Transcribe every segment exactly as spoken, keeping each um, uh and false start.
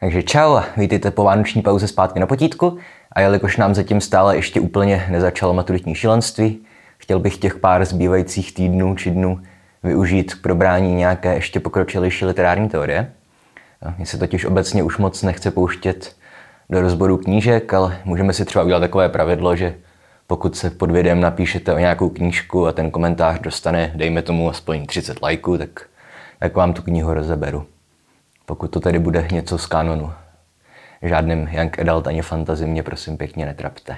Takže čau a vítejte po vánoční pauze zpátky na potítku. A jelikož nám zatím stále ještě úplně nezačalo maturitní šílenství, chtěl bych těch pár zbývajících týdnů či dnů využít k probrání nějaké ještě pokročilejší literární teorie. Mně se totiž obecně už moc nechce pouštět do rozboru knížek, ale můžeme si třeba udělat takové pravidlo, že pokud se pod videem napíšete o nějakou knížku a ten komentář dostane, dejme tomu, aspoň třicet lajků, tak, tak vám tu knihu rozeberu. Pokud to tady bude něco z kanonu. Žádným young adult ani fantasy mě prosím pěkně netrapte.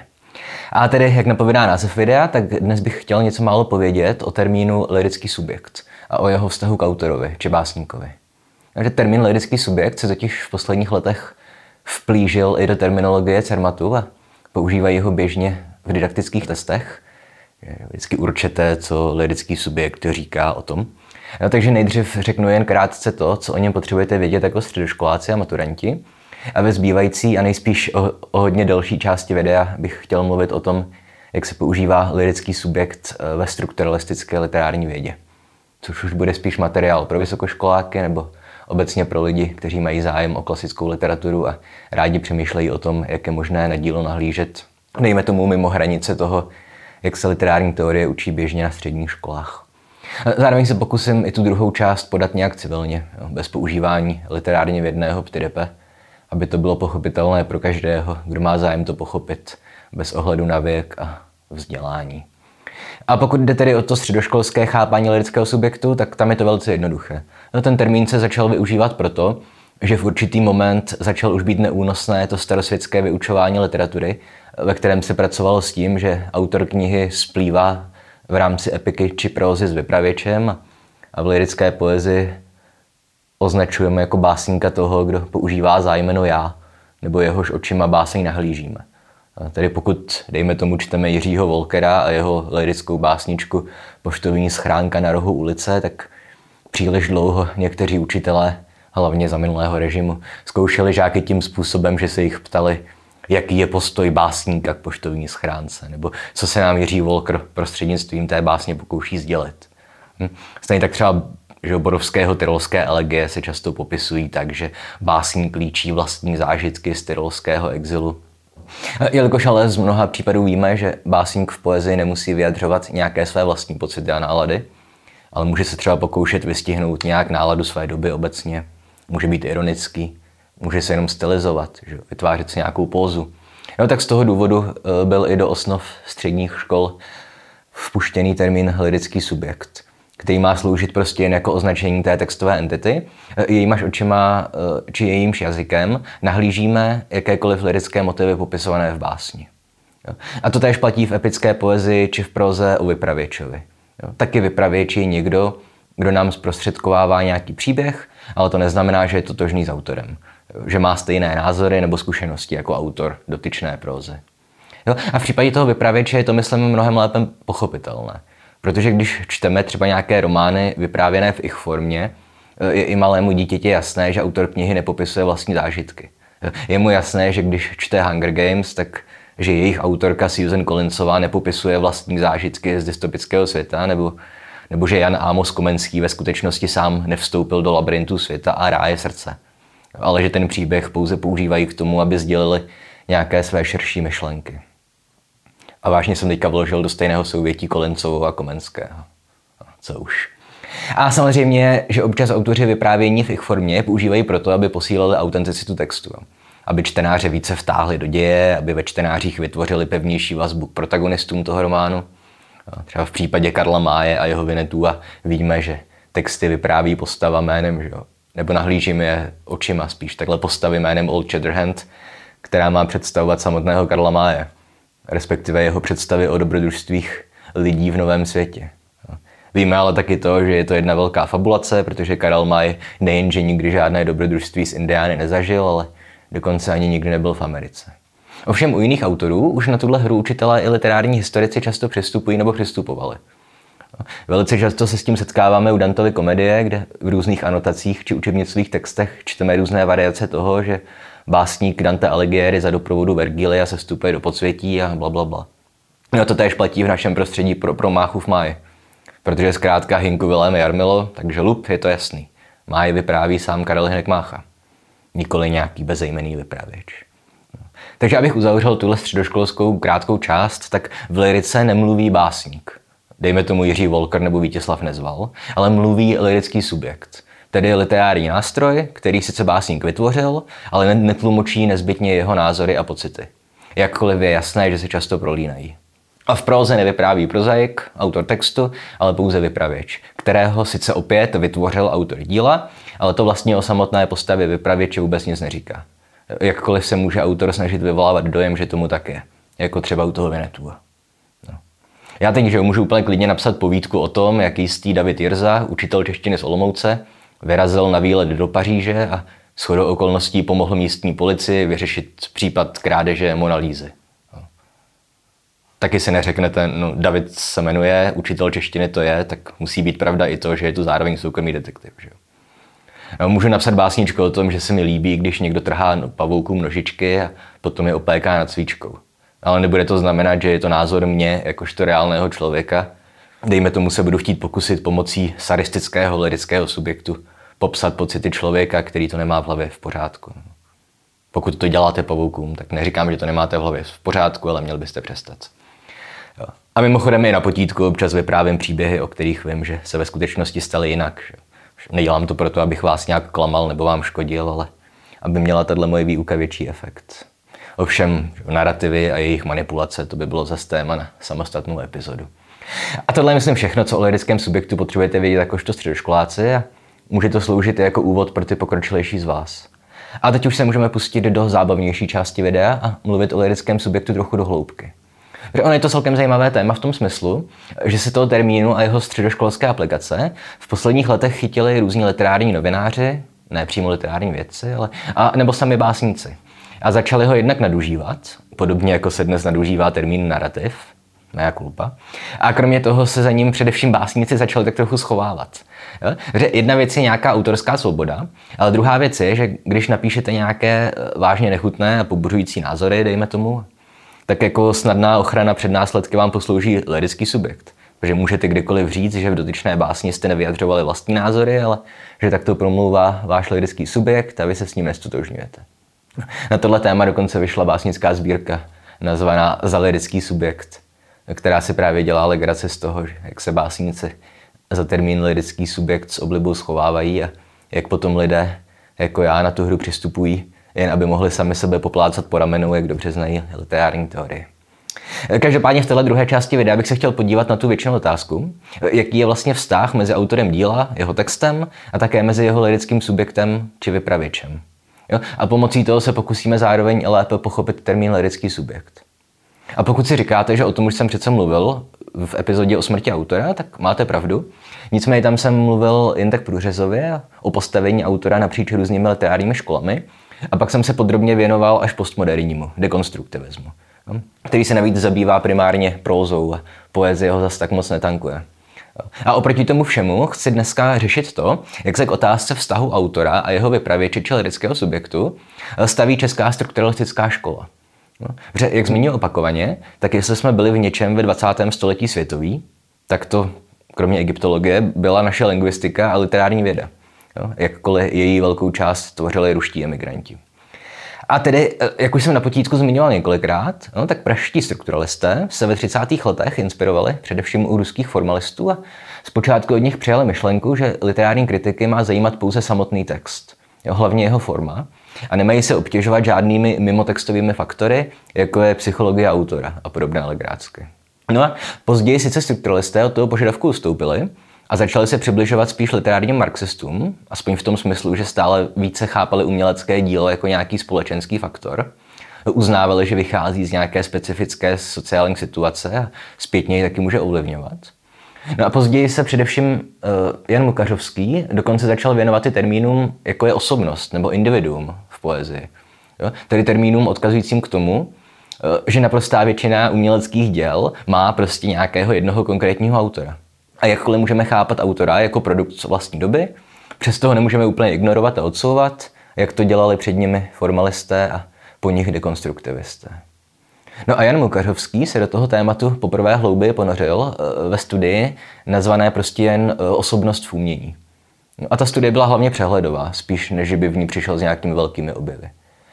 A tedy, jak napovídá název videa, tak dnes bych chtěl něco málo povědět o termínu lirický subjekt a o jeho vztahu k autorovi či básníkovi. Takže termín lirický subjekt se totiž v posledních letech vplížil i do terminologie Cermatu a používají ho běžně v didaktických testech. Vždycky určité, co lirický subjekt říká o tom. No, takže nejdřív řeknu jen krátce to, co o něm potřebujete vědět jako středoškoláci a maturanti. A ve zbývající a nejspíš o, o hodně delší části videa bych chtěl mluvit o tom, jak se používá lirický subjekt ve strukturalistické literární vědě. Což už bude spíš materiál pro vysokoškoláky nebo obecně pro lidi, kteří mají zájem o klasickou literaturu a rádi přemýšlejí o tom, jak je možné na dílo nahlížet, dejme tomu mimo hranice toho, jak se literární teorie učí běžně na středních školách. Zároveň se pokusím i tu druhou část podat nějak civilně, bez používání literárně vědného ptydepe, aby to bylo pochopitelné pro každého, kdo má zájem to pochopit, bez ohledu na věk a vzdělání. A pokud jde tedy o to středoškolské chápání lirického subjektu, tak tam je to velice jednoduché. No, ten termín se začal využívat proto, že v určitý moment začal už být neúnosné to starosvětské vyučování literatury, ve kterém se pracovalo s tím, že autor knihy splývá v rámci epiky či prózy s vypravěčem a v lirické poezii označujeme jako básníka toho, kdo používá zájmeno já, nebo jehož očima báseň nahlížíme. A tedy pokud, dejme tomu, čteme Jiřího Wolkera a jeho lirickou básničku Poštovní schránka na rohu ulice, tak příliš dlouho někteří učitelé, hlavně za minulého režimu, zkoušeli žáky tím způsobem, že se jich ptali, jaký je postoj básníka k poštovní schránce, nebo co se nám Jiří Wolker prostřednictvím té básně pokouší sdělit. Hm? Stejně tak třeba že Borovského tyrolské elegie se často popisují tak, že básník líčí vlastní zážitky z tyrolského exilu. Jelikož ale z mnoha případů víme, že básník v poezii nemusí vyjadřovat nějaké své vlastní pocity a nálady, ale může se třeba pokoušet vystihnout nějak náladu své doby obecně, může být ironický, může se jenom stylizovat, že vytvářet si nějakou pózu. No, tak z toho důvodu byl i do osnov středních škol vpuštěný termín lirický subjekt, který má sloužit prostě jen jako označení té textové entity, jejímaž očima či jejímž jazykem nahlížíme jakékoliv lirické motivy popisované v básni. A to též platí v epické poezii či v proze o vypravěčovi. Taky vypravěč je někdo, kdo nám zprostředkovává nějaký příběh, ale to neznamená, že je totožný s autorem. Že má stejné názory nebo zkušenosti jako autor dotyčné prózy. Jo? A v případě toho vypravěče je to, myslím, mnohem lépe pochopitelné. Protože když čteme třeba nějaké romány vyprávěné v ich formě, je i malému dítěti jasné, že autor knihy nepopisuje vlastní zážitky. Je mu jasné, že když čte Hunger Games, tak že jejich autorka Susan Collinsová nepopisuje vlastní zážitky z dystopického světa, nebo, nebo že Jan Amos Komenský ve skutečnosti sám nevstoupil do labyrintu světa a ráje srdce. Ale že ten příběh pouze používají k tomu, aby sdělili nějaké své širší myšlenky. A vážně jsem teďka vložil do stejného souvětí Collinsovou a Komenského. Co už. A samozřejmě, že občas autoři vyprávění v ich formě používají proto, aby posílili autenticitu textu. Aby čtenáře více vtáhli do děje, aby ve čtenářích vytvořili pevnější vazbu k protagonistům toho románu. Třeba v případě Karla Maye a jeho Vinetua víme, že texty vypráví postava jménem, že jo? Nebo nahlížíme je očima spíš, takhle postavy jménem Old Shatterhand, která má představovat samotného Karla Maye, respektive jeho představy o dobrodružstvích lidí v novém světě. Víme ale taky to, že je to jedna velká fabulace, protože Karel May nejenže nikdy žádné dobrodružství s Indiány nezažil, ale dokonce ani nikdy nebyl v Americe. Ovšem u jiných autorů už na tuhle hru učitelé i literární historici často přistupují nebo přistupovali. Velice často se s tím setkáváme u Dantovy komedie, kde v různých anotacích či učebnicových textech čteme různé variace toho, že básník Dante Alighieri za doprovodu Vergilia se vstupuje do podsvětí a blablabla. No to též platí v našem prostředí pro, pro Máchův máj. Protože zkrátka Hinku Vilém Jarmilo, takže lup, je to jasný. Máj vypráví sám Karel Hynek Mácha. nikoli nějaký bezejmenný vypravěč. Takže abych uzavřel tuhle středoškolskou krátkou část, tak v lyrice nemluví básník. Dejme tomu Jiří Volker nebo Vítězslav Nezval, ale mluví lyrický subjekt. Tedy literární nástroj, který sice básník vytvořil, ale netlumočí nezbytně jeho názory a pocity. Jakkoliv je jasné, že se často prolínají. A v próze nevypráví prozaik, autor textu, ale pouze vypravěč, kterého sice opět vytvořil autor díla, ale to vlastně o samotné postavě vypravěče vůbec nic neříká. Jakkoliv se může autor snažit vyvolávat dojem, že tomu tak je. Jako třeba u toho Vinetua. No. Já teď, že můžu úplně klidně napsat povídku o tom, jak jistý David Jirza, učitel češtiny z Olomouce, vyrazil na výlet do Paříže a shodou okolností pomohl místní policii vyřešit případ krádeže Mona Lízy. No. Taky si neřeknete, no David se jmenuje, učitel češtiny to je, tak musí být pravda i to, že je to zároveň soukromý detektiv. Že? No, můžu napsat básničku o tom, že se mi líbí, když někdo trhá pavoukům nožičky a potom je opéká nad svíčkou. Ale nebude to znamenat, že je to názor mě, jakožto reálného člověka. Dejme tomu se budu chtít pokusit pomocí sadistického lyrického subjektu popsat pocity člověka, který to nemá v hlavě v pořádku. Pokud to děláte pavoukům, tak neříkám, že to nemáte v hlavě v pořádku, ale měl byste přestat. Jo. A mimochodem i na potítku občas vyprávím příběhy, o kterých vím, že se ve skutečnosti staly jinak. Nedělám to proto, abych vás nějak klamal nebo vám škodil, ale aby měla tato moje výuka větší efekt. Ovšem narrativy a jejich manipulace, to by bylo zase téma na samostatnou epizodu. A tohle je myslím všechno, co o lyrickém subjektu potřebujete vědět jakožto středoškoláci a může to sloužit i jako úvod pro ty pokročilejší z vás. A teď už se můžeme pustit do zábavnější části videa a mluvit o lyrickém subjektu trochu do hloubky. Protože ono je to celkem zajímavé téma v tom smyslu, že se toho termínu a jeho středoškolské aplikace v posledních letech chytili různí literární novináři, ne přímo literární vědci, ale a nebo sami básníci. A začali ho jednak nadužívat, podobně jako se dnes nadužívá termín narrativ, mea culpa. A kromě toho se za ním především básníci začali tak trochu schovávat. Jo? Že jedna věc je nějaká autorská svoboda, ale druhá věc je, že když napíšete nějaké vážně nechutné a pobuřující názory, dejme tomu, tak jako snadná ochrana před následky vám poslouží lyrický subjekt. Protože můžete kdykoliv říct, že v dotyčné básni jste nevyjadřovali vlastní názory, ale že takto promlouvá váš lyrický subjekt a vy se s ním nestotožňujete. Na tohle téma dokonce vyšla básnická sbírka nazvaná Za lyrický subjekt, která si právě dělá legraci z toho, že jak se básníci za termín lyrický subjekt s oblibou schovávají a jak potom lidé jako já na tu hru přistupují, jen aby mohli sami sebe poplácat po ramenu, jak dobře znají literární teorii. Každopádně v této druhé části videa bych se chtěl podívat na tu většinou otázku, jaký je vlastně vztah mezi autorem díla, jeho textem a také mezi jeho lyrickým subjektem či vypravěčem. Jo? A pomocí toho se pokusíme zároveň lépe pochopit termín lyrický subjekt. A pokud si říkáte, že o tom už jsem přece mluvil v epizodě o smrti autora, tak máte pravdu. Nicméně tam jsem mluvil jen tak průřezově o postavení autora napříč různými literárními školami a pak jsem se podrobně věnoval až postmodernímu dekonstruktivismu, který se navíc zabývá primárně prózou a poezie ho zas tak moc netankuje. A oproti tomu všemu chci dneska řešit to, jak se k otázce vztahu autora a jeho vypravěče či lidského subjektu staví česká strukturalistická škola. Protože, jak zmínil opakovaně, tak jestli jsme byli v něčem ve dvacátém století světový, tak to, kromě egyptologie, byla naše lingvistika a literární věda. Jo? Jakkoliv její velkou část tvořili ruští emigranti. A tedy, jak už jsem na potítku zmiňoval několikrát, no, tak pražští strukturalisté se ve třicátých letech inspirovali především u ruských formalistů a zpočátku od nich přijali myšlenku, že literární kritiky má zajímat pouze samotný text, jo, hlavně jeho forma, a nemají se obtěžovat žádnými mimotextovými faktory, jako je psychologie autora a podobné legrácky. No a později sice strukturalisté od toho požadavku ustoupili a začali se přibližovat spíš literárním marxistům, aspoň v tom smyslu, že stále více chápali umělecké dílo jako nějaký společenský faktor. Uznávali, že vychází z nějaké specifické sociální situace a zpětně ji taky může ovlivňovat. No a později se především uh, Jan Mukařovský dokonce začal věnovat i termínům, jako je osobnost nebo individuum v poezii. Jo? Tedy termínům odkazujícím k tomu, uh, že naprostá většina uměleckých děl má prostě nějakého jednoho konkrétního autora. A jakkoliv můžeme chápat autora jako produkt vlastní doby, přesto ho nemůžeme úplně ignorovat a odsouvat, jak to dělali před nimi formalisté a po nich dekonstruktivisté. No a Jan Mukařovský se do toho tématu poprvé hlouběji ponořil ve studii nazvané prostě jen Osobnost v umění. No a ta studie byla hlavně přehledová, spíš než by v ní přišel s nějakými velkými objevy.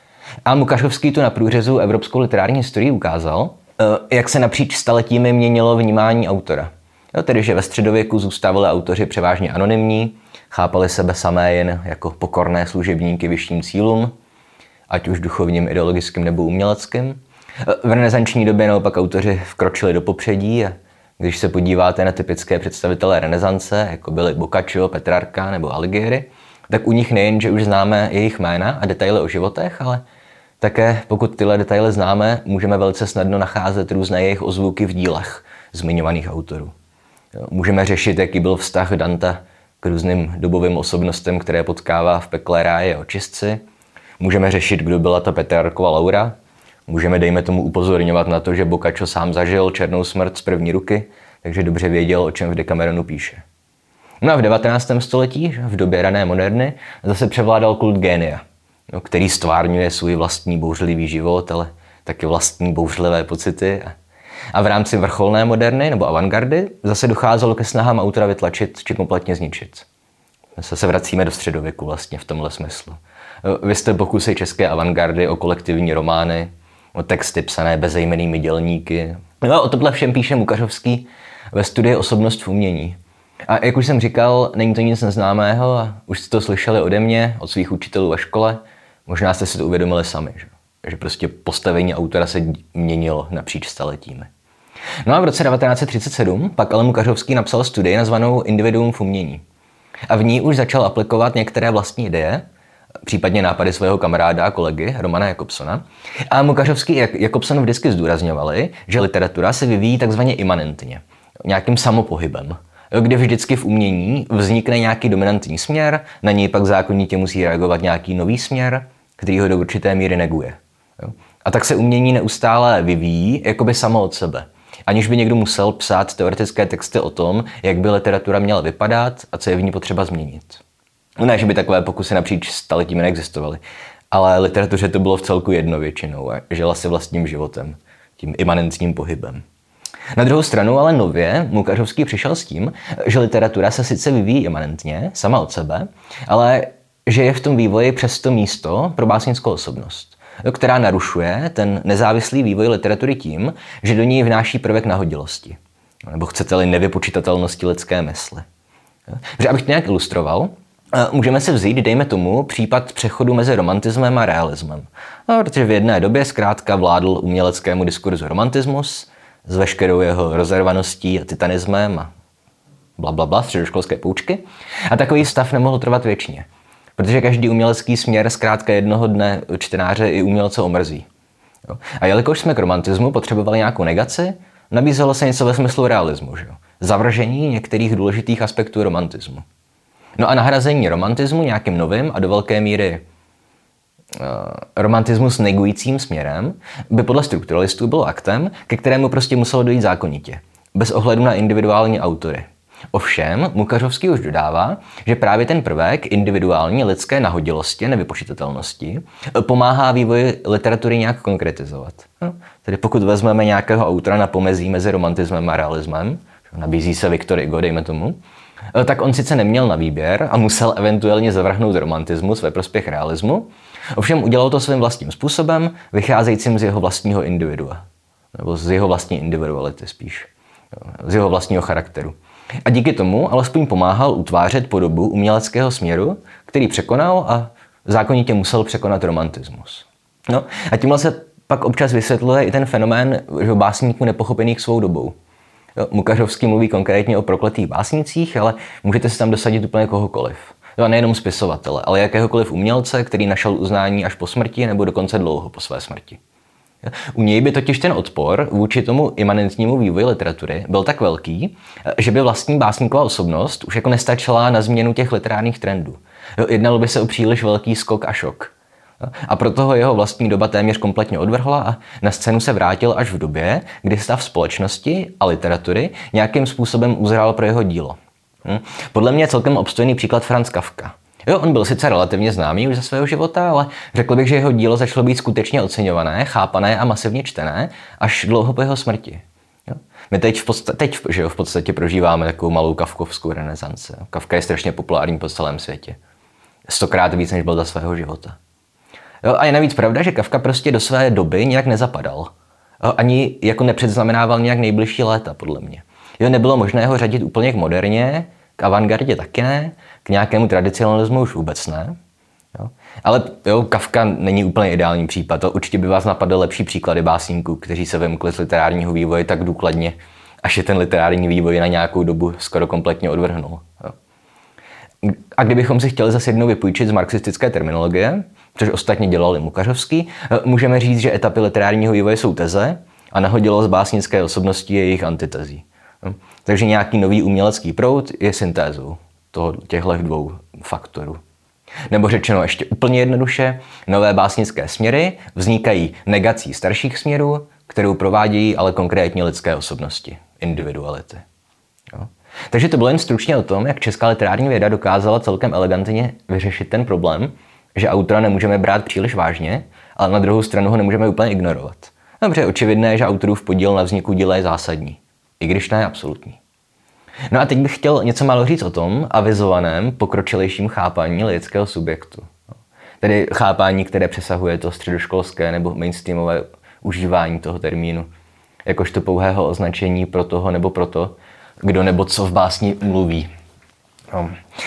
A Mukařovský tu na průřezu evropskou literární historii ukázal, jak se napříč staletími měnilo vnímání autora. Jo, tedy, že ve středověku zůstávali autoři převážně anonymní, chápali sebe samé jen jako pokorné služebníky vyšším cílům, ať už duchovním, ideologickým nebo uměleckým. V renesanční době naopak autoři vkročili do popředí a když se podíváte na typické představitele renesance, jako byli Boccaccio, Petrarca nebo Alighieri, tak u nich nejen, že už známe jejich jména a detaily o životech, ale také pokud tyhle detaily známe, můžeme velice snadno nacházet různé jejich ozvuky v dílech zmiňovaných autorů. Můžeme řešit, jaký byl vztah Danta k různým dobovým osobnostem, které potkává v pekle ráje a očistci. Můžeme řešit, kdo byla ta Petrarkova Laura. Můžeme, dejme tomu, upozorňovat na to, že Boccaccio sám zažil černou smrt z první ruky, takže dobře věděl, o čem v Decameronu píše. No a v devatenáctém století, v době rané moderny, zase převládal kult génia, no, který stvárňuje svůj vlastní bouřlivý život, ale taky vlastní bouřlivé pocity. A v rámci vrcholné moderny nebo avantgardy zase docházelo ke snahám autora vytlačit či kompletně zničit. Zase se vracíme do středověku vlastně v tomhle smyslu. Vy jste pokusy české avantgardy o kolektivní romány, o texty psané bezejmennými dělníky. No a o tohle všem píše Mukařovský ve studii Osobnost v umění. A jak už jsem říkal, není to nic neznámého a už jste to slyšeli ode mě, od svých učitelů ve škole. Možná jste si to uvědomili sami, že, že prostě postavení autora se měnilo napříč staletími. No a v roce devatenáct set třicet sedm pak ale Mukařovský napsal studii nazvanou Individuum v umění. A v ní už začal aplikovat některé vlastní ideje, případně nápady svého kamaráda a kolegy Romana Jakobsona. A Mukařovský a Jakobson vždycky zdůrazňovali, že literatura se vyvíjí takzvaně imanentně, nějakým samopohybem, kdy vždycky v umění vznikne nějaký dominantní směr, na něj pak zákonitě musí reagovat nějaký nový směr, který ho do určité míry neguje. A tak se umění neustále vyvíjí jakoby samo od sebe, aniž by někdo musel psát teoretické texty o tom, jak by literatura měla vypadat a co je v ní potřeba změnit. Ne, že by takové pokusy napříč staletími neexistovaly, ale literatuře to bylo v celku jedno většinou a žila si vlastním životem, tím imanentním pohybem. Na druhou stranu ale nově Mukařovský přišel s tím, že literatura se sice vyvíjí imanentně, sama od sebe, ale že je v tom vývoji přesto místo pro básnickou osobnost, která narušuje ten nezávislý vývoj literatury tím, že do ní vnáší prvek nahodilosti, nebo chcete-li nevypočitatelnosti lidské mysli. Protože abych to nějak ilustroval, můžeme si vzít, dejme tomu, případ přechodu mezi romantismem a realismem. No, protože v jedné době zkrátka vládl uměleckému diskurzu romantismus s veškerou jeho rozervaností a titanismem a blablabla, středoškolské poučky. A takový stav nemohl trvat věčně, protože každý umělecký směr zkrátka jednoho dne čtenáře i umělce omrzí. Jo. A jelikož jsme k romantismu potřebovali nějakou negaci, nabízelo se něco ve smyslu realismu, že jo? Zavržení některých důležitých aspektů romantismu. No a nahrazení romantismu nějakým novým a do velké míry uh, romantismus negujícím směrem by podle strukturalistů bylo aktem, ke kterému prostě muselo dojít zákonitě, bez ohledu na individuální autory. Ovšem, Mukařovský už dodává, že právě ten prvek individuální lidské nahodilosti, nevypočitatelnosti, pomáhá vývoji literatury nějak konkretizovat. No, tedy pokud vezmeme nějakého autora na pomezí mezi romantismem a realismem, nabízí se Victor Hugo, dejme tomu, tak on sice neměl na výběr a musel eventuálně zavrhnout romantismus ve prospěch realismu, ovšem udělal to svým vlastním způsobem, vycházejícím z jeho vlastního individua, nebo z jeho vlastní individuality spíš, z jeho vlastního charakteru. A díky tomu alespoň pomáhal utvářet podobu uměleckého směru, který překonal a zákonitě musel překonat romantismus. No a tímhle se pak občas vysvětluje i ten fenomén že básníků nepochopených svou dobou. Jo, Mukařovský mluví konkrétně o prokletých básnicích, ale můžete si tam dosadit úplně kohokoliv. Jo, nejenom spisovatele, ale jakéhokoliv umělce, který našel uznání až po smrti nebo dokonce dlouho po své smrti. Jo, u něj by totiž ten odpor vůči tomu imanentnímu vývoji literatury byl tak velký, že by vlastní básníková osobnost už jako nestačila na změnu těch literárních trendů. Jo, jednalo by se o příliš velký skok a šok. A proto ho jeho vlastní doba téměř kompletně odvrhla a na scénu se vrátil až v době, kdy stav společnosti a literatury nějakým způsobem uzrál pro jeho dílo. Hm? Podle mě je celkem obstojný příklad Franz Kafka. Jo, on byl sice relativně známý už za svého života, ale řekl bych, že jeho dílo začalo být skutečně oceňované, chápané a masivně čtené až dlouho po jeho smrti. Jo? My teď v podstatě, teď, že jo, v podstatě prožíváme takovou malou kafkovskou renesanci. Kafka je strašně populární po celém světě. Stokrát víc, než byl za svého života. Jo, a je navíc pravda, že Kafka prostě do své doby nějak nezapadal. Jo, ani jako nepředznamenával nějak nejbližší léta, podle mě. Jo, nebylo možné ho řadit úplně k moderně, k avantgardě taky ne, k nějakému tradicionalismu už vůbec ne. Jo. Ale jo, Kafka není úplně ideální případ. To určitě by vás napadly lepší příklady básníků, kteří se vymkli z literárního vývoje tak důkladně, až je ten literární vývoj na nějakou dobu skoro kompletně odvrhnul. Jo. A kdybychom si chtěli zase jednou vypůjčit z marxistické terminologie, což ostatně dělal i Mukařovský, můžeme říct, že etapy literárního vývoje jsou teze a nahodilost básnické osobnosti je jejich antitezí. Jo. Takže nějaký nový umělecký proud je syntézou těchto dvou faktorů. Nebo řečeno ještě úplně jednoduše, nové básnické směry vznikají negací starších směrů, kterou provádějí ale konkrétní lidské osobnosti, individuality. Jo. Takže to bylo jen stručně o tom, jak česká literární věda dokázala celkem elegantně vyřešit ten problém, že autora nemůžeme brát příliš vážně, ale na druhou stranu ho nemůžeme úplně ignorovat. Dobře, očividné, že autorův podíl na vzniku díla je zásadní, i když ne absolutní. No a teď bych chtěl něco málo říct o tom avizovaném pokročilejším chápání lirického subjektu. Tedy chápání, které přesahuje to středoškolské nebo mainstreamové užívání toho termínu, jakožto pouhého označení pro toho nebo proto, kdo nebo co v básni mluví. No.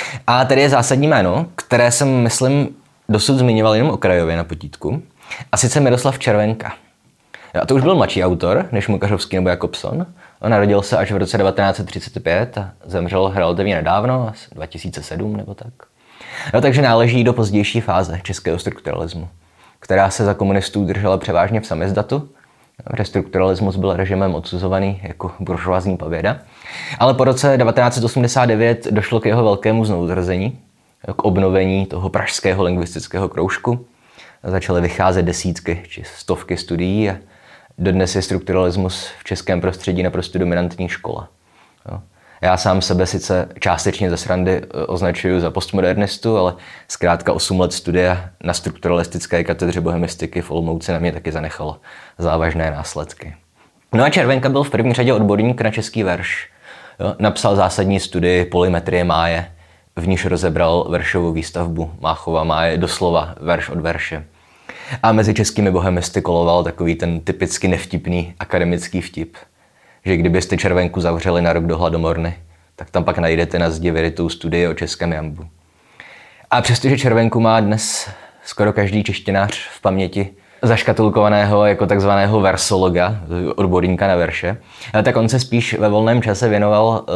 A tady je zásadní jméno, které jsem, myslím, dosud zmiňoval jenom okrajově na potítku, a sice Miroslav Červenka. A to už byl mladší autor, než Mukařovský nebo Jakobson. On narodil se až v roce devatenáct set třicet pět a zemřel relativně nedávno, asi dva tisíce sedm nebo tak. No, takže náleží do pozdější fáze českého strukturalismu, která se za komunistů držela převážně v samizdatu. Strukturalismus byl režimem odsuzovaný jako buržoazní pověda. Ale po roce devatenáct set osmdesát devět došlo k jeho velkému znovuzrození, k obnovení toho pražského lingvistického kroužku. Začaly vycházet desítky či stovky studií a dodnes je strukturalismus v českém prostředí naprosto dominantní škola. Jo. Já sám sebe sice částečně ze srandy označuju za postmodernistu, ale zkrátka osm let studia na strukturalistické katedře bohemistiky v Olomouci na mě taky zanechalo závažné následky. No a Červenka byl v první řadě odborník na český verš. Jo. Napsal zásadní studii Polymetrie máje, v níž rozebral veršovou výstavbu Máchova máje doslova verš od verše. A mezi českými bohemisty koloval takový ten typicky nevtipný akademický vtip, že kdybyste Červenku zavřeli na rok do hladomorny, tak tam pak najdete na zdi vyrytou studii o českém jambu. A přestože Červenku má dnes skoro každý češtinář v paměti zaškatulkovaného jako takzvaného versologa, odborníka na verše, tak on se spíš ve volném čase věnoval uh,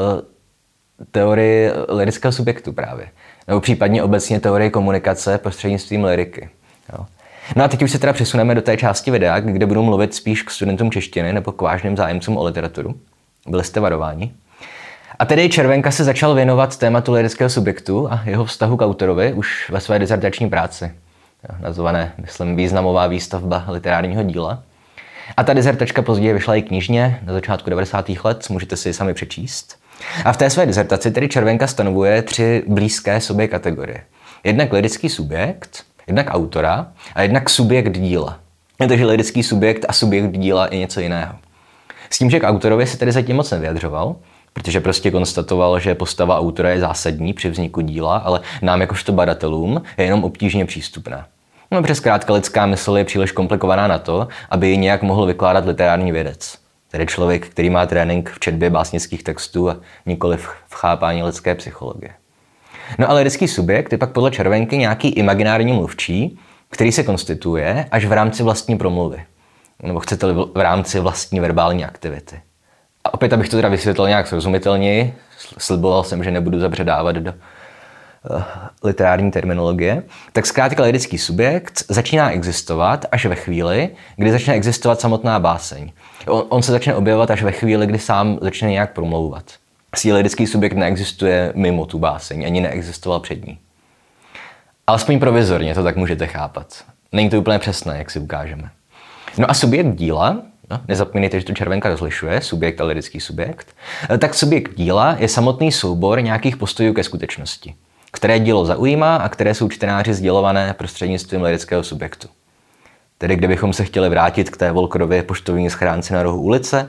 teorii lirického subjektu právě. Nebo případně obecně teorii komunikace prostřednictvím lyriky. Jo. No a teď už se teda přesuneme do té části videa, kde budu mluvit spíš k studentům češtiny nebo k vážným zájemcům o literaturu. Byli jste varováni. A tedy Červenka se začal věnovat tématu lirického subjektu a jeho vztahu k autorovi už ve své dizertační práci, nazvané, myslím, Významová výstavba literárního díla. A ta dizertačka později vyšla i knižně na začátku devadesátých let, můžete si ji sami přečíst. A v té své dizertaci tedy Červenka stanovuje tři blízké sobě kategorie. Jednak lirický subjekt, jednak autora a jednak subjekt díla. Takže lirický subjekt a subjekt díla je něco jiného. S tím, že k autorovi se tedy zatím moc nevyjadřoval, protože prostě konstatoval, že postava autora je zásadní při vzniku díla, ale nám jakožto badatelům je jenom obtížně přístupná. No, protože zkrátka lidská mysl je příliš komplikovaná na to, aby ji nějak mohl vykládat literární vědec. Tedy člověk, který má trénink v četbě básnických textů a nikoli v chápání lidské psychologie. No ale lirický subjekt je pak podle Červenky nějaký imaginární mluvčí, který se konstituje až v rámci vlastní promluvy. Nebo chcete-li v rámci vlastní verbální aktivity. A opět, abych to teda vysvětlil nějak srozumitelněji, sliboval jsem, že nebudu zabředávat do uh, literární terminologie, tak zkrátka lirický subjekt začíná existovat až ve chvíli, kdy začne existovat samotná báseň. On, on se začne objevovat až ve chvíli, kdy sám začne nějak promlouvat. Si lirický subjekt neexistuje mimo tu báseň, ani neexistoval před ní. Alespoň provizorně to tak můžete chápat. Není to úplně přesné, jak si ukážeme. No a subjekt díla, no, nezapomínejte, že to Červenka rozlišuje, subjekt a lirický subjekt, tak subjekt díla je samotný soubor nějakých postojů ke skutečnosti, které dílo zaujímá a které jsou čtenáři sdělované prostřednictvím lirického subjektu. Tedy kdybychom se chtěli vrátit k té Volkerově poštovní schránce na rohu ulice,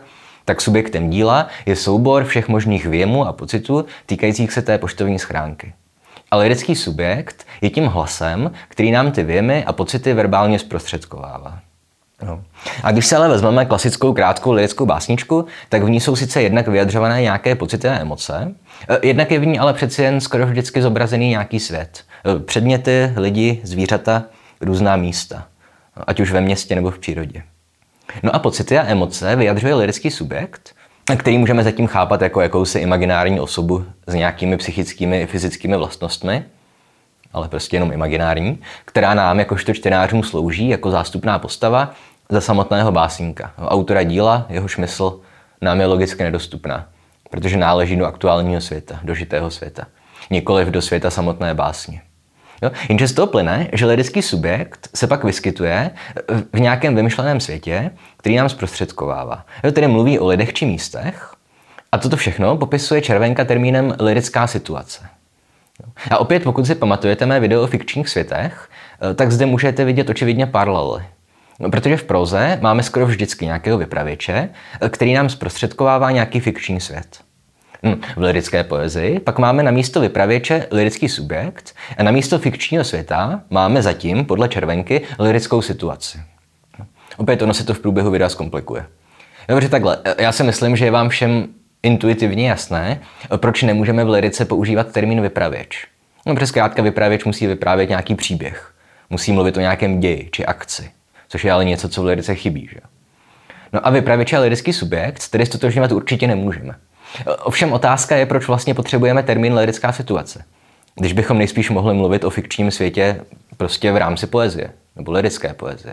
tak subjektem díla je soubor všech možných věmů a pocitů týkajících se té poštovní schránky. A lirický subjekt je tím hlasem, který nám ty věmy a pocity verbálně zprostředkovává. No. A když se ale vezmeme klasickou krátkou lirickou básničku, tak v ní jsou sice jednak vyjadřované nějaké pocity a emoce, jednak je v ní ale přeci jen skoro vždycky zobrazený nějaký svět. Předměty, lidi, zvířata, různá místa. Ať už ve městě nebo v přírodě. No a pocity a emoce vyjadřuje lirický subjekt, který můžeme zatím chápat jako jakousi imaginární osobu s nějakými psychickými i fyzickými vlastnostmi, ale prostě jenom imaginární, která nám jakožto čtenářům slouží jako zástupná postava za samotného básníka. Autora díla, jehož mysl nám je logicky nedostupná, protože náleží do aktuálního světa, do žitého světa, nikoliv do světa samotné básně. Jo? Jenže z toho plyne, že lirický subjekt se pak vyskytuje v nějakém vymyšleném světě, který nám zprostředkovává. Jo? Tedy mluví o lidech či místech a toto všechno popisuje Červenka termínem lirická situace. A opět, pokud si pamatujete mé video o fikčních světech, tak zde můžete vidět očividně paralely. Protože v proze máme skoro vždycky nějakého vypravěče, který nám zprostředkovává nějaký fikční svět. V lirické poezii pak máme na místo vypravěče lirický subjekt a na místo fikčního světa máme zatím, podle Červenky, lirickou situaci. Opět ono se to v průběhu videa zkomplikuje. Dobře, takhle, já si myslím, že je vám všem intuitivně jasné, proč nemůžeme v lyrice používat termín vypravěč. No, protože zkrátka vypravěč musí vyprávět nějaký příběh. Musí mluvit o nějakém ději či akci, což je ale něco, co v lyrice chybí. Že? No a vypravěč a lirický subjekt tedy ztotožňovat určitě nemůžeme. Ovšem otázka je, proč vlastně potřebujeme termín lirická situace. Když bychom nejspíš mohli mluvit o fikčním světě prostě v rámci poezie, nebo lirické poezie.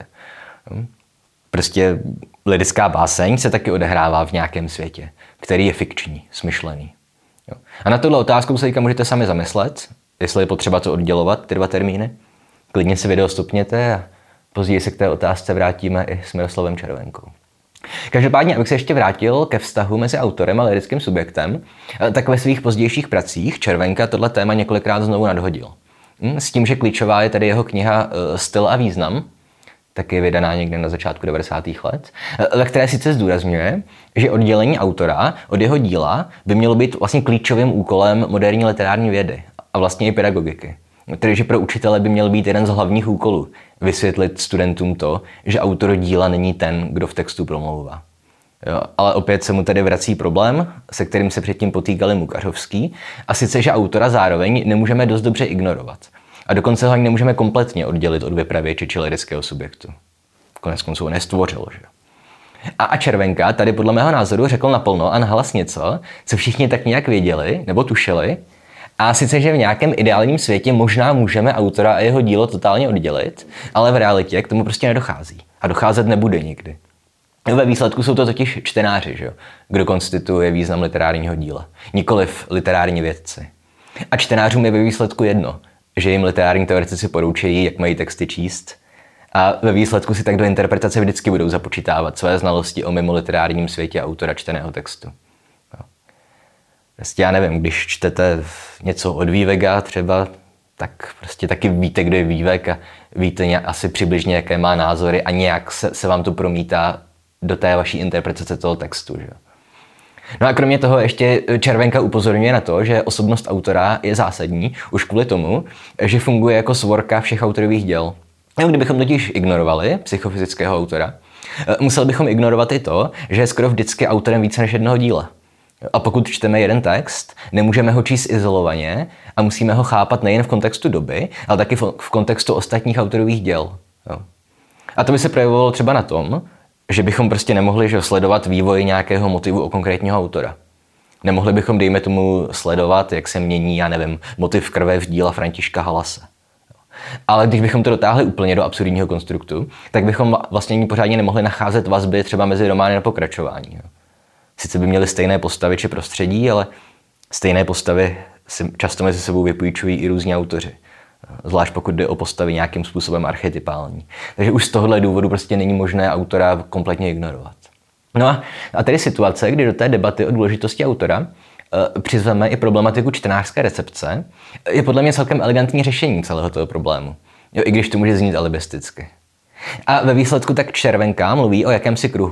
Prostě lirická báseň se taky odehrává v nějakém světě, který je fikční, smyšlený. A na tuhle otázku se teďka můžete sami zamyslet, jestli je potřeba to oddělovat, ty dva termíny. Klidně si video stopněte a později se k té otázce vrátíme i s Miroslavem Červenkou. Každopádně, abych se ještě vrátil ke vztahu mezi autorem a lirickým subjektem, tak ve svých pozdějších pracích Červenka tohle téma několikrát znovu nadhodil. S tím, že klíčová je tady jeho kniha Styl a význam, taky vydaná někde na začátku devadesátých let, ve které sice zdůrazňuje, že oddělení autora od jeho díla by mělo být vlastně klíčovým úkolem moderní literární vědy a vlastně i pedagogiky. Tedy, že pro učitele by měl být jeden z hlavních úkolů vysvětlit studentům to, že autor díla není ten, kdo v textu promlouvá. Jo, ale opět se mu tady vrací problém, se kterým se předtím potýkali Mukařovský, a sice, že autora zároveň nemůžeme dost dobře ignorovat. A dokonce ho ani nemůžeme kompletně oddělit od vypravěče či lirického subjektu. Konec konců ho nestvořil, že? A, a Červenka tady podle mého názoru řekl naplno a nahlas něco, co všichni tak nějak věděli nebo tušili, a sice, že v nějakém ideálním světě možná můžeme autora a jeho dílo totálně oddělit, ale v realitě k tomu prostě nedochází. A docházet nebude nikdy. Ve výsledku jsou to totiž čtenáři, že? Kdo konstituje význam literárního díla. Nikoliv literární vědci. A čtenářům je ve výsledku jedno, že jim literární teoretici poručují, jak mají texty číst. A ve výsledku si tak do interpretace vždycky budou započítávat své znalosti o mimo literárním světě autora čteného textu. Prostě já nevím, když čtete něco od Vývega třeba, tak prostě taky víte, kdo je Vývek a víte nějak, asi přibližně, jaké má názory a nějak se, se vám to promítá do té vaší interpretace toho textu. Že? No a kromě toho ještě Červenka upozorňuje na to, že osobnost autora je zásadní už kvůli tomu, že funguje jako svorka všech autorových děl. No, kdybychom totiž ignorovali psychofyzického autora, museli bychom ignorovat i to, že je skoro vždycky autorem více než jednoho díla. A pokud čteme jeden text, nemůžeme ho číst izolovaně a musíme ho chápat nejen v kontextu doby, ale taky v kontextu ostatních autorových děl. Jo. A to by se projevovalo třeba na tom, že bychom prostě nemohli že, sledovat vývoj nějakého motivu o konkrétního autora. Nemohli bychom, dejme tomu, sledovat, jak se mění, já nevím, motiv krve v díla Františka Halase. Ale když bychom to dotáhli úplně do absurdního konstruktu, tak bychom vlastně ani pořádně nemohli nacházet vazby třeba mezi romány a pokračování. Jo. Sice by měly stejné postavy či prostředí, ale stejné postavy si často mezi sebou vypůjčují i různí autoři. Zvlášť pokud jde o postavy nějakým způsobem archetypální. Takže už z tohohle důvodu prostě není možné autora kompletně ignorovat. No a, a tedy situace, kdy do té debaty o důležitosti autora e, přizveme i problematiku čtenářské recepce, je podle mě celkem elegantní řešení celého toho problému. Jo, i když to může znít alibisticky. A ve výsledku tak Červenka mluví o jakémsi kruhu.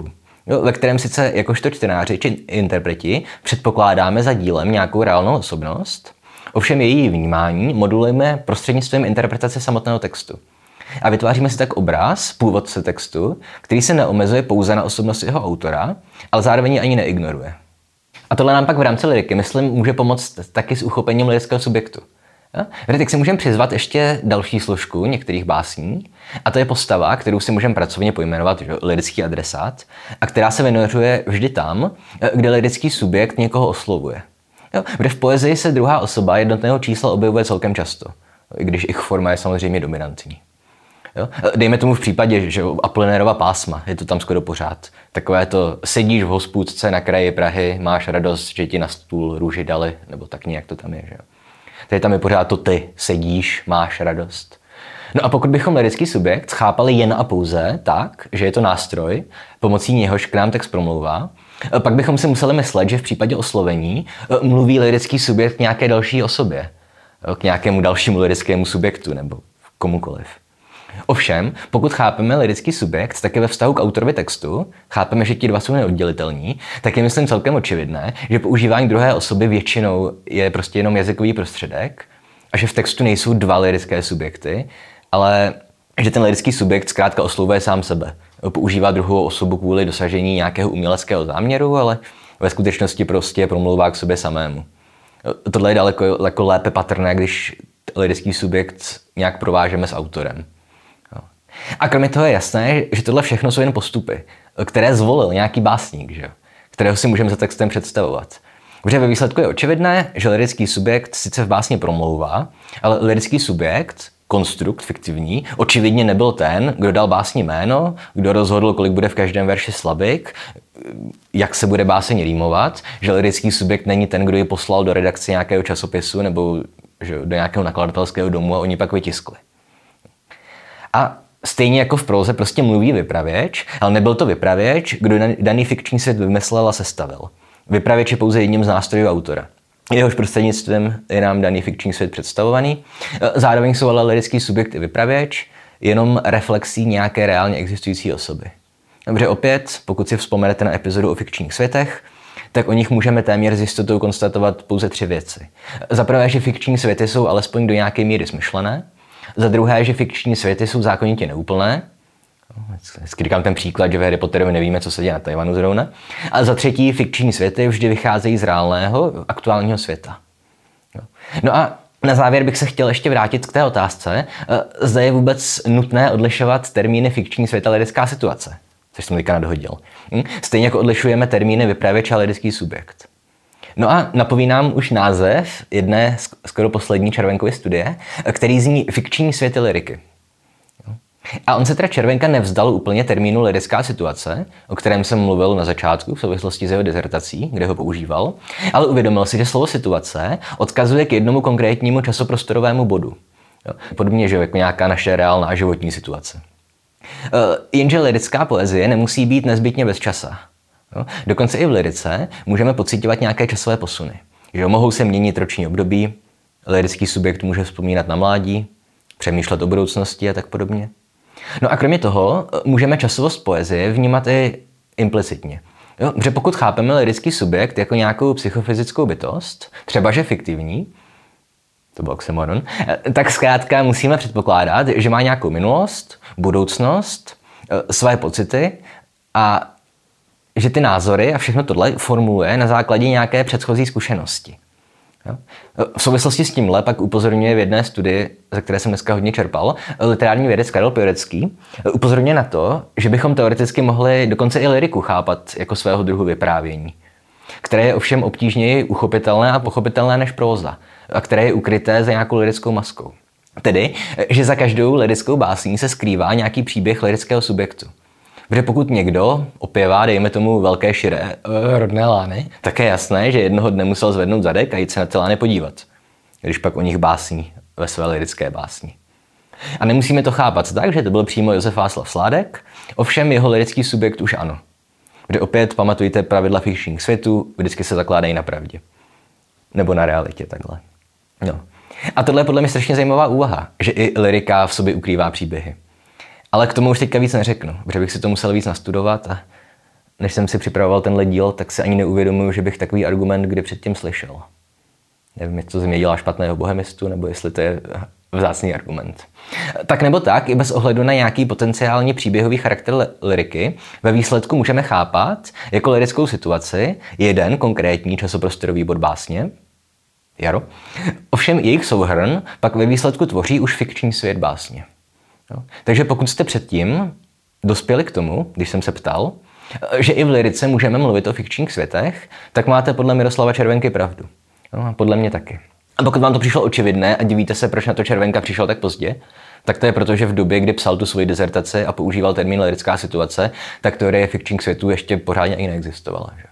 jo, ve kterém sice jakožto čtenáři či interpreti předpokládáme za dílem nějakou reálnou osobnost, ovšem její vnímání modulujeme prostřednictvím interpretace samotného textu. A vytváříme si tak obraz, původce textu, který se neomezuje pouze na osobnost jeho autora, ale zároveň ani neignoruje. A tohle nám pak v rámci lyriky, myslím, může pomoct taky s uchopením lirického subjektu. V teď si můžeme přizvat ještě další složku některých básní, a to je postava, kterou si můžeme pracovně pojmenovat že, lirický adresát, a která se vynořuje vždy tam, kde lirický subjekt někoho oslovuje. Jo, kde v poezii se druhá osoba jednotného čísla objevuje celkem často, i když jejich forma je samozřejmě dominantní. Jo? Dejme tomu v případě, že Apollinairova pásma, je to tam skoro pořád. Takové to sedíš v hospůdce na kraji Prahy, máš radost, že ti na stůl růži dali, nebo tak nějak to tam je. Že? Tady tam je pořád to ty, sedíš, máš radost. No a pokud bychom lirický subjekt chápali jen a pouze tak, že je to nástroj, pomocí něhož k nám text promlouvá, pak bychom si museli myslet, že v případě oslovení mluví lirický subjekt k nějaké další osobě, k nějakému dalšímu lirickému subjektu nebo komukoliv. Ovšem, pokud chápeme lirický subjekt také ve vztahu k autorovi textu, chápeme, že ti dva jsou neoddělitelní, tak je myslím celkem očividné, že používání druhé osoby většinou je prostě jenom jazykový prostředek a že v textu nejsou dva lirické subjekty, ale že ten lirický subjekt zkrátka oslovuje sám sebe. Používá druhou osobu kvůli dosažení nějakého uměleckého záměru, ale ve skutečnosti prostě promlouvá k sobě samému. Tohle je daleko, daleko lépe patrné, když lirický subjekt nějak provážeme s autorem. A kromě toho je jasné, že tohle všechno jsou jen postupy, které zvolil nějaký básník, že? Kterého si můžeme za textem představovat. Protože ve výsledku je očividné, že lirický subjekt sice v básni promlouvá, ale lirický subjekt, konstrukt fiktivní, očividně nebyl ten, kdo dal básni jméno, kdo rozhodl, kolik bude v každém verši slabik, jak se bude báseň rýmovat, že lirický subjekt není ten, kdo ji poslal do redakce nějakého časopisu nebo že, do nějakého nakladatelského domu a oni pak vytiskli. A stejně jako v próze prostě mluví vypravěč, ale nebyl to vypravěč, kdo daný fikční svět vymyslel a sestavil. Vypravěč je pouze jedním z nástrojů autora. Jehož prostřednictvím je nám daný fikční svět představovaný. Zároveň jsou ale lirický subjekt i vypravěč jenom reflexí nějaké reálně existující osoby. Dobře, opět, pokud si vzpomenete na epizodu o fikčních světech, tak o nich můžeme téměř s jistotou konstatovat pouze tři věci. Za prvé, že fikční světy jsou alespoň do nějaké míry smyšlené. Za druhé, že fikční světy jsou zákonitě neúplné. Vždycky říkám ten příklad, že v Harry Potterovi nevíme, co se děje na Tajvanu zrovna. A za třetí, fikční světy vždy vycházejí z reálného, aktuálního světa. No a na závěr bych se chtěl ještě vrátit k té otázce, zda je vůbec nutné odlišovat termíny fikční svět a lirická situace, což jsem teďka nadhodil. Stejně jako odlišujeme termíny vypravěč a lirický subjekt. No a napoví nám už název jedné skoro poslední Červenkovy studie, který zní fikční světy lyriky. A on se teda Červenka nevzdal úplně termínu lirická situace, o kterém jsem mluvil na začátku v souvislosti s jeho dizertací, kde ho používal, ale uvědomil si, že slovo situace odkazuje k jednomu konkrétnímu časoprostorovému bodu. Podobně, že jako nějaká naše reálná životní situace. Jenže lirická poezie nemusí být nezbytně bez časa. Dokonce i v lyrice můžeme pociťovat nějaké časové posuny. Že mohou se měnit roční období, lirický subjekt může vzpomínat na mládí, přemýšlet o budoucnosti a tak podobně. No a kromě toho můžeme časovost poezie vnímat i implicitně. Jo, protože pokud chápeme lirický subjekt jako nějakou psychofyzickou bytost, třeba že fiktivní, to byl oxymoron, tak zkrátka musíme předpokládat, že má nějakou minulost, budoucnost, své pocity a že ty názory a všechno tohle formuluje na základě nějaké předchozí zkušenosti. Jo? V souvislosti s tímhle pak upozorňuje v jedné studii, ze které jsem dneska hodně čerpal, literární vědec Karel Piorecký, upozorňuje na to, že bychom teoreticky mohli dokonce i lyriku chápat jako svého druhu vyprávění, které je ovšem obtížněji uchopitelné a pochopitelné než próza, a které je ukryté za nějakou lirickou maskou. Tedy, že za každou lirickou básní se skrývá nějaký příběh lirického subjektu. Protože pokud někdo opěvá, dejme tomu velké širé rodné lány, tak je jasné, že jednoho dne musel zvednout zadek a jít se na ty lány podívat, když pak o nich básní ve své lirické básni. A nemusíme to chápat tak, že to byl přímo Josef Václav Sládek, ovšem jeho lirický subjekt už ano. Protože opět pamatujte pravidla fikčních světů, vždycky se zakládají na pravdě. Nebo na realitě takhle. No. A tohle je podle mě strašně zajímavá úvaha, že i lyrika v sobě ukrývá příběhy. Ale k tomu už teďka víc neřeknu, protože bych si to musel víc nastudovat a než jsem si připravoval tenhle díl, tak si ani neuvědomuji, že bych takový argument kdy předtím slyšel. Nevím, jestli to ze mě dělá špatného bohemistu, nebo jestli to je vzácný argument. Tak nebo tak, i bez ohledu na nějaký potenciálně příběhový charakter lyriky, ve výsledku můžeme chápat jako lyrickou situaci jeden konkrétní časoprostorový bod básně, jaro. Ovšem jejich souhrn pak ve výsledku tvoří už fikční svět básně. No. Takže pokud jste předtím dospěli k tomu, když jsem se ptal, že i v lyrice můžeme mluvit o fikčních světech, tak máte podle Miroslava Červenky pravdu. No a podle mě taky. A pokud vám to přišlo očividné a divíte se, proč na to Červenka přišel tak pozdě, tak to je proto, že v době, kdy psal tu svoji dizertaci a používal termín lyrická situace, tak teorie fikčních světů ještě pořádně ani neexistovala. Že?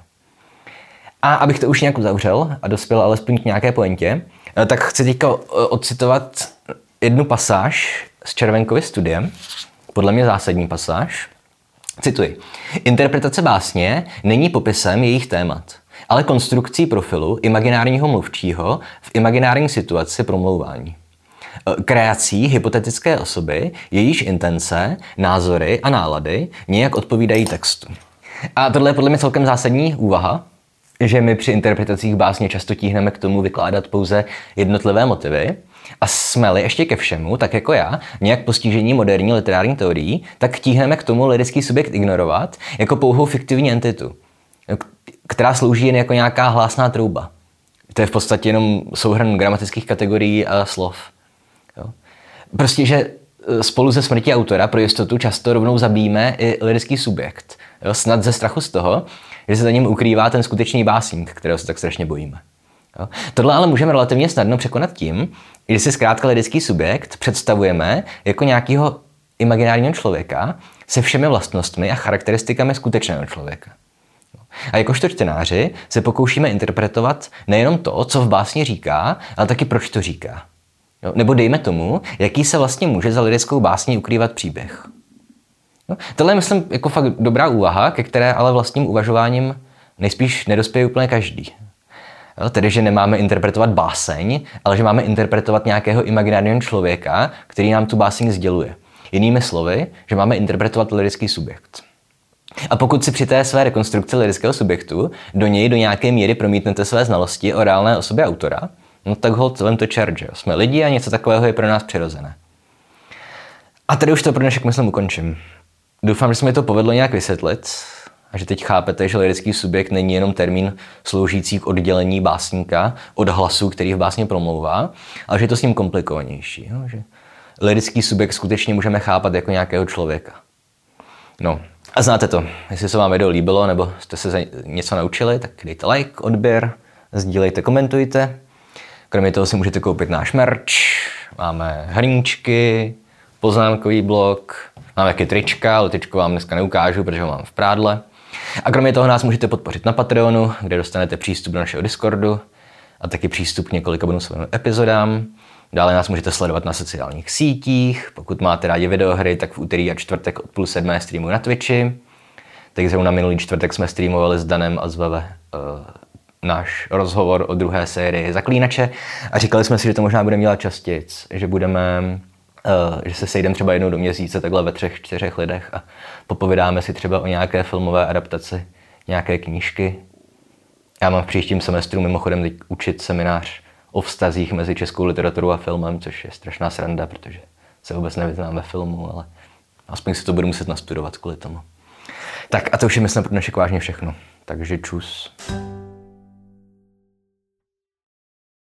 A abych to už nějak uzavřel a dospěl alespoň k nějaké pointě, tak chci teďka odcitovat jednu pasáž z Červenkovy studie, podle mě zásadní pasáž. Cituji. Interpretace básně není popisem jejich témat, ale konstrukcí profilu imaginárního mluvčího v imaginární situaci promlouvání. Kreací hypotetické osoby, jejíž intence, názory a nálady nějak odpovídají textu. A tohle je podle mě celkem zásadní úvaha, že my při interpretacích básně často tíhneme k tomu vykládat pouze jednotlivé motivy a jsme-li ještě ke všemu, tak jako já, nějak postižení moderní literární teorií, tak tíhneme k tomu lyrický subjekt ignorovat jako pouhou fiktivní entitu, která slouží jen jako nějaká hlásná trouba. To je v podstatě jenom souhrn gramatických kategorií a slov. Jo? Prostě, že spolu se smrtí autora pro jistotu často rovnou zabijíme i lyrický subjekt. Jo? Snad ze strachu z toho, že se za ním ukrývá ten skutečný básník, kterého se tak strašně bojíme. Jo? Tohle ale můžeme relativně snadno překonat tím, že si zkrátka lidský subjekt představujeme jako nějakého imaginárního člověka se všemi vlastnostmi a charakteristikami skutečného člověka. A jakožto čtenáři se pokoušíme interpretovat nejenom to, co v básni říká, ale taky proč to říká. Jo? Nebo dejme tomu, jaký se vlastně může za lirickou básní ukrývat příběh. Jo? Tohle je, myslím, jako fakt dobrá úvaha, ke které ale vlastním uvažováním nejspíš nedospěje úplně každý. Jo? Tedy, že nemáme interpretovat báseň, ale že máme interpretovat nějakého imaginárního člověka, který nám tu báseň sděluje. Jinými slovy, že máme interpretovat lirický subjekt. A pokud si při té své rekonstrukci lirického subjektu do něj do nějaké míry promítnete své znalosti o reálné osobě autora, no tak holt vem to čert, že jsme lidi a něco takového je pro nás přirozené. A tady už to pro dnešek myslím ukončím. Doufám, že se mi to povedlo nějak vysvětlit a že teď chápete, že lirický subjekt není jenom termín sloužící k oddělení básníka od hlasu, který v básni promlouvá, ale že je to s ním komplikovanější. Jo? Že lirický subjekt skutečně můžeme chápat jako nějakého člověka. No. A znáte to, jestli se vám video líbilo nebo jste se něco naučili, tak dejte like, odběr, sdílejte, komentujte. Kromě toho si můžete koupit náš merch, máme hrníčky, poznámkový blok, máme taky trička, ale tričko vám dneska neukážu, protože ho mám v prádle. A kromě toho nás můžete podpořit na Patreonu, kde dostanete přístup do našeho Discordu a taky přístup k několika bonusovým epizodám. Dále nás můžete sledovat na sociálních sítích, pokud máte rádi videohry, tak v úterý a čtvrtek od půl sedmé streamu na Twitchi. Tak zrovna minulý čtvrtek jsme streamovali s Danem a s Veve uh, náš rozhovor o druhé sérii Zaklínače a říkali jsme si, že to možná budeme dělat častěji, že budeme, uh, že se sejdeme třeba jednou do měsíce takhle ve třech, čtyřech lidech a popovídáme si třeba o nějaké filmové adaptaci, nějaké knížky. Já mám v příštím semestru mimochodem teď učit seminář o vztazích mezi českou literaturou a filmem, což je strašná sranda, protože se vůbec nevyznám ve filmu, ale aspoň si to budu muset nastudovat kvůli tomu. Tak a to už je, myslím, pro dnešek vážně všechno. Takže čus.